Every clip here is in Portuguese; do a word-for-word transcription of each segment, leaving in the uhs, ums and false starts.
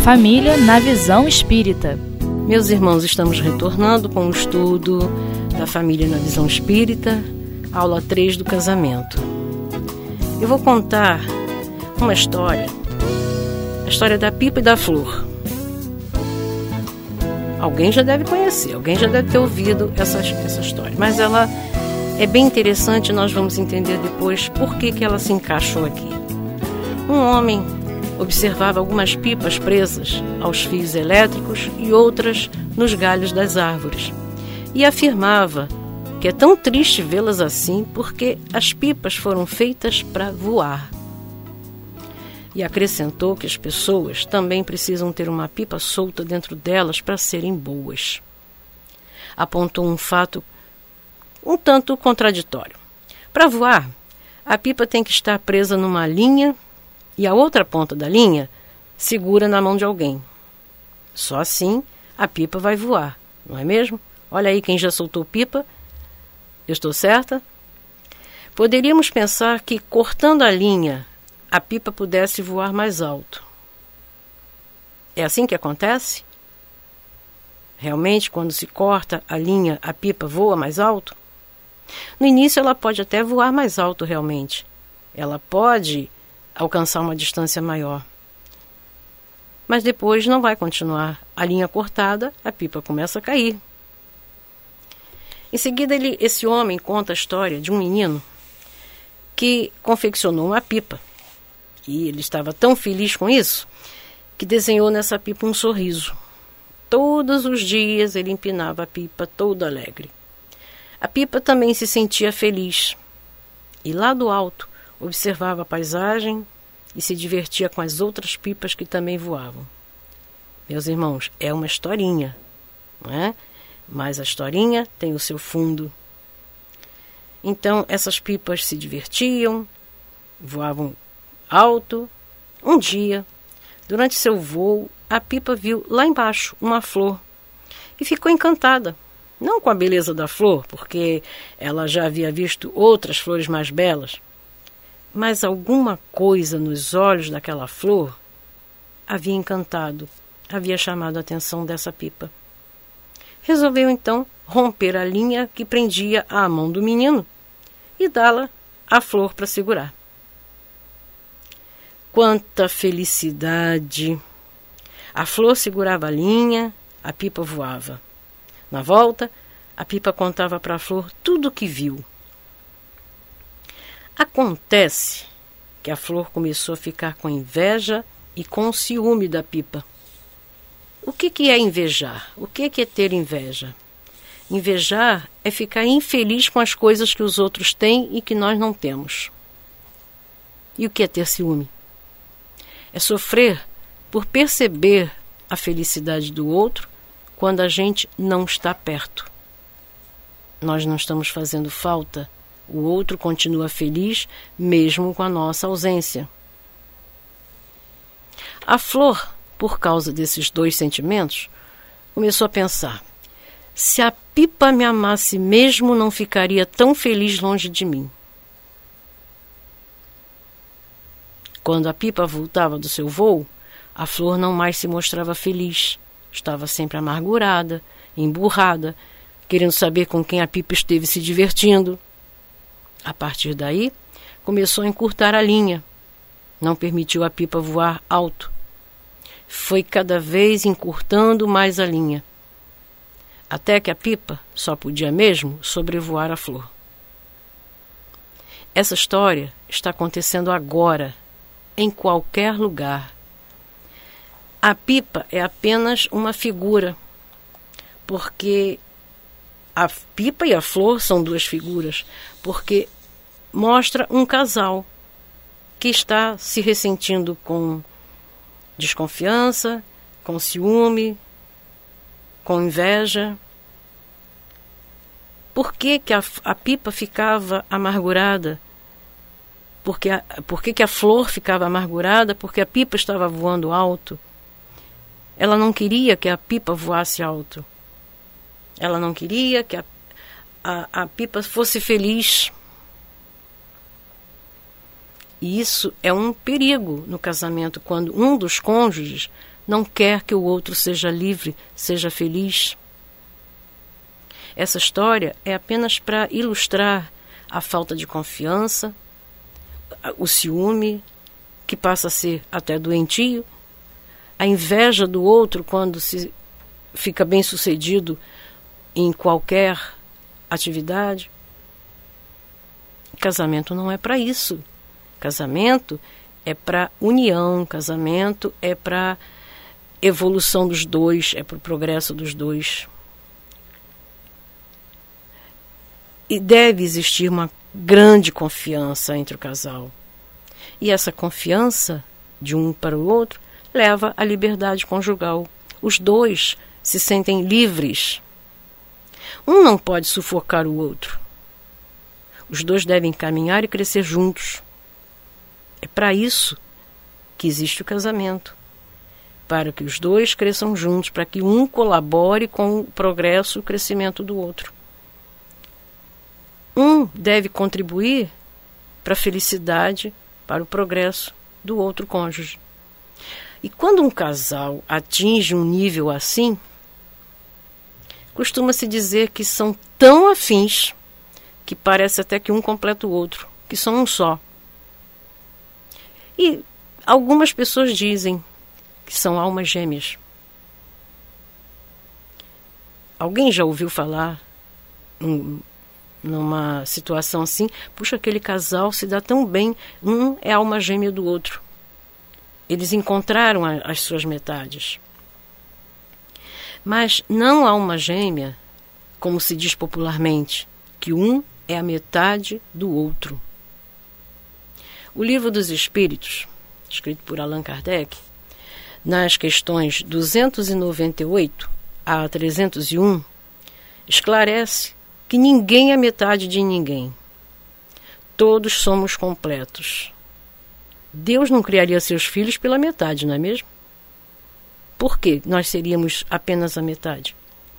família na visão espírita. Meus irmãos, estamos retornando com o estudo da família na visão espírita, aula três do casamento. Eu vou contar uma história, a história da pipa e da flor. Alguém já deve conhecer, alguém já deve ter ouvido essa, essa história, mas ela é bem interessante, nós vamos entender depois por que, que ela se encaixou aqui. Um homem observava algumas pipas presas aos fios elétricos e outras nos galhos das árvores, e afirmava que é tão triste vê-las assim porque as pipas foram feitas para voar. E acrescentou que as pessoas também precisam ter uma pipa solta dentro delas para serem boas. Apontou um fato um tanto contraditório. Para voar, a pipa tem que estar presa numa linha e a outra ponta da linha segura na mão de alguém. Só assim a pipa vai voar, não é mesmo? Olha aí quem já soltou pipa. Eu estou certa? Poderíamos pensar que cortando a linha a pipa pudesse voar mais alto. É assim que acontece? Realmente, quando se corta a linha, a pipa voa mais alto? No início ela pode até voar mais alto realmente. Ela pode alcançar uma distância maior. Mas depois não vai continuar. A linha cortada, a pipa começa a cair. Em seguida, ele, esse homem conta a história de um menino que confeccionou uma pipa. E ele estava tão feliz com isso que desenhou nessa pipa um sorriso. Todos os dias ele empinava a pipa todo alegre. A pipa também se sentia feliz. E lá do alto observava a paisagem e se divertia com as outras pipas que também voavam. Meus irmãos, é uma historinha, não é? Mas a historinha tem o seu fundo. Então, essas pipas se divertiam, voavam alto. Um dia, durante seu voo, a pipa viu lá embaixo uma flor e ficou encantada. Não com a beleza da flor, porque ela já havia visto outras flores mais belas, mas alguma coisa nos olhos daquela flor havia encantado, havia chamado a atenção dessa pipa. Resolveu então romper a linha que prendia à mão do menino e dá-la à flor para segurar. Quanta felicidade! A flor segurava a linha, a pipa voava. Na volta, a pipa contava para a flor tudo o que viu. Acontece que a flor começou a ficar com inveja e com ciúme da pipa. O que, que é invejar? O que, que é ter inveja? Invejar é ficar infeliz com as coisas que os outros têm e que nós não temos. E o que é ter ciúme? É sofrer por perceber a felicidade do outro quando a gente não está perto. Nós não estamos fazendo falta. O outro continua feliz, mesmo com a nossa ausência. A flor, por causa desses dois sentimentos, começou a pensar: se a pipa me amasse mesmo, não ficaria tão feliz longe de mim. Quando a pipa voltava do seu voo, a flor não mais se mostrava feliz. Estava sempre amargurada, emburrada, querendo saber com quem a pipa esteve se divertindo. A partir daí, começou a encurtar a linha. Não permitiu a pipa voar alto. Foi cada vez encurtando mais a linha, até que a pipa só podia mesmo sobrevoar a flor. Essa história está acontecendo agora, em qualquer lugar. A pipa é apenas uma figura, porque a pipa e a flor são duas figuras, porque mostra um casal que está se ressentindo com desconfiança, com ciúme, com inveja. Por que que a, a pipa ficava amargurada? Porque a, por que que a flor ficava amargurada? Porque a pipa estava voando alto. Ela não queria que a pipa voasse alto. Ela não queria que a, a, a pipa fosse feliz. E isso é um perigo no casamento, quando um dos cônjuges não quer que o outro seja livre, seja feliz. Essa história é apenas para ilustrar a falta de confiança, o ciúme, que passa a ser até doentio, a inveja do outro quando se fica bem sucedido em qualquer atividade. Casamento não é para isso. Casamento é para união, casamento é para evolução dos dois, é para o progresso dos dois. E deve existir uma grande confiança entre o casal. E essa confiança de um para o outro leva à liberdade conjugal. Os dois se sentem livres. Um não pode sufocar o outro. Os dois devem caminhar e crescer juntos. É para isso que existe o casamento. Para que os dois cresçam juntos, para que um colabore com o progresso e o crescimento do outro. Um deve contribuir para a felicidade, para o progresso do outro cônjuge. E quando um casal atinge um nível assim, costuma-se dizer que são tão afins que parece até que um completa o outro, que são um só. E algumas pessoas dizem que são almas gêmeas. Alguém já ouviu falar um, numa situação assim? Puxa, aquele casal se dá tão bem, um é alma gêmea do outro. Eles encontraram a, as suas metades. Mas não há alma gêmea, como se diz popularmente, que um é a metade do outro. O Livro dos Espíritos, escrito por Allan Kardec, nas questões duzentos e noventa e oito a trezentos e um, esclarece que ninguém é metade de ninguém. Todos somos completos. Deus não criaria seus filhos pela metade, não é mesmo? Por que nós seríamos apenas a metade?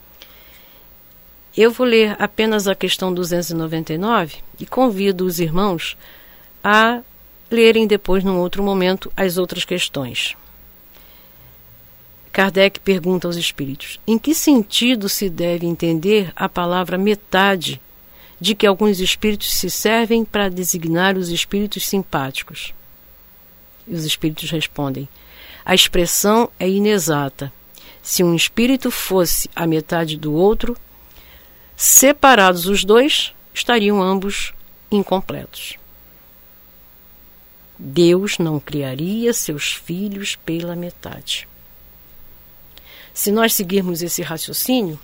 Eu vou ler apenas a questão duzentos e noventa e nove e convido os irmãos a lerem depois, num outro momento, as outras questões. Kardec pergunta aos espíritos: em que sentido se deve entender a palavra metade, de que alguns espíritos se servem para designar os espíritos simpáticos? E os espíritos respondem: a expressão é inexata. Se um espírito fosse a metade do outro, separados os dois, estariam ambos incompletos. Deus não criaria seus filhos pela metade. Se nós seguirmos esse raciocínio,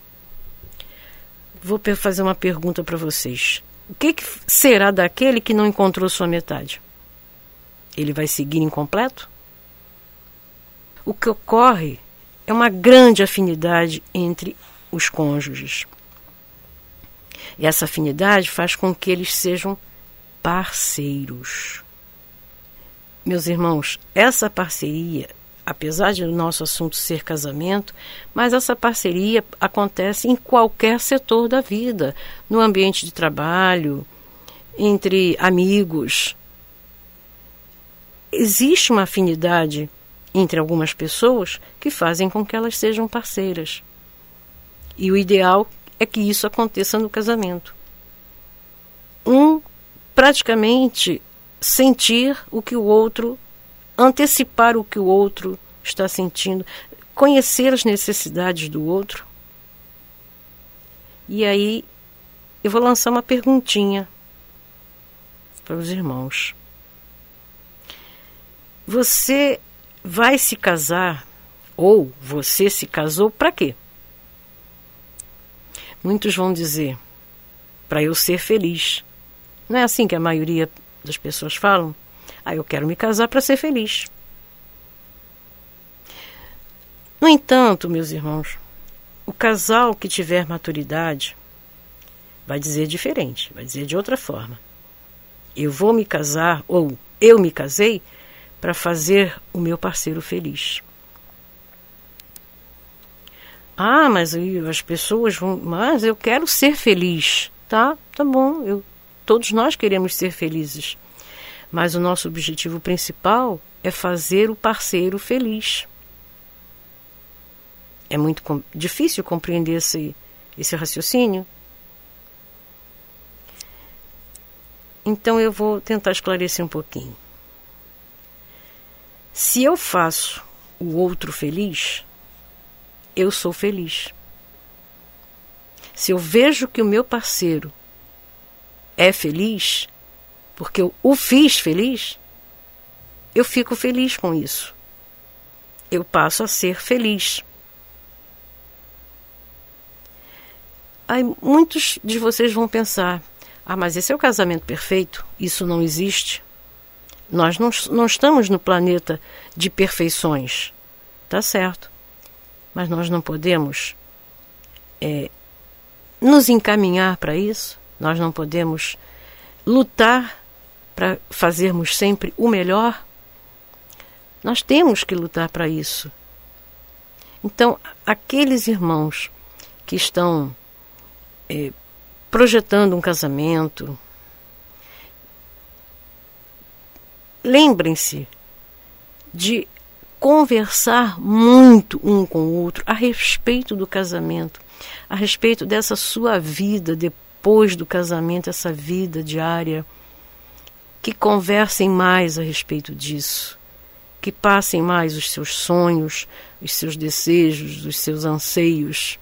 vou fazer uma pergunta para vocês. O que, que será daquele que não encontrou sua metade? Ele vai seguir incompleto? O que ocorre é uma grande afinidade entre os cônjuges. E essa afinidade faz com que eles sejam parceiros. Meus irmãos, essa parceria, apesar de o nosso assunto ser casamento, mas essa parceria acontece em qualquer setor da vida, no ambiente de trabalho, entre amigos. Existe uma afinidade entre algumas pessoas que fazem com que elas sejam parceiras. E o ideal é que isso aconteça no casamento. Um praticamente sentir o que o outro, antecipar o que o outro está sentindo, conhecer as necessidades do outro. E aí eu vou lançar uma perguntinha para os irmãos. Você vai se casar, ou você se casou para quê? Muitos vão dizer: para eu ser feliz. Não é assim que a maioria das pessoas falam? Ah, eu quero me casar para ser feliz. No entanto, meus irmãos, o casal que tiver maturidade vai dizer diferente, vai dizer de outra forma. Eu vou me casar, ou eu me casei, para fazer o meu parceiro feliz. Ah, mas as pessoas vão... Mas eu quero ser feliz. Tá, tá bom. Eu, todos nós queremos ser felizes. Mas o nosso objetivo principal é fazer o parceiro feliz. É muito com- difícil compreender esse, esse raciocínio. Então eu vou tentar esclarecer um pouquinho. Se eu faço o outro feliz, eu sou feliz. Se eu vejo que o meu parceiro é feliz, porque eu o fiz feliz, eu fico feliz com isso. Eu passo a ser feliz. Aí muitos de vocês vão pensar, ah, mas esse é o casamento perfeito? Isso não existe. Nós não, não estamos no planeta de perfeições. Tá certo. Mas nós não podemos é, nos encaminhar para isso. Nós não podemos lutar para fazermos sempre o melhor. Nós temos que lutar para isso. Então, aqueles irmãos que estão é, projetando um casamento, lembrem-se de conversar muito um com o outro a respeito do casamento, a respeito dessa sua vida depois do casamento, essa vida diária. Que conversem mais a respeito disso, que passem mais os seus sonhos, os seus desejos, os seus anseios.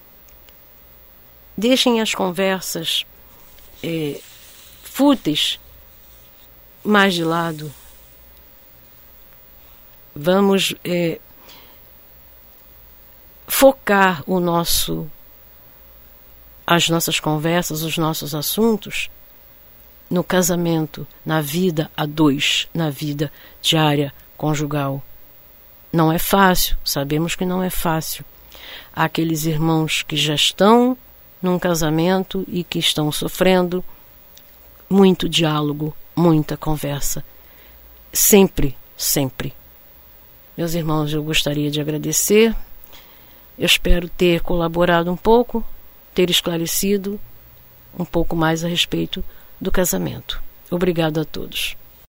Deixem as conversas é, fúteis mais de lado. Vamos é, focar o nosso, as nossas conversas, os nossos assuntos no casamento, na vida a dois, na vida diária, conjugal. Não é fácil, sabemos que não é fácil. Há aqueles irmãos que já estão num casamento e que estão sofrendo. Muito diálogo, muita conversa. Sempre, sempre. Meus irmãos, eu gostaria de agradecer. Eu espero ter colaborado um pouco, ter esclarecido um pouco mais a respeito do casamento. Obrigado a todos.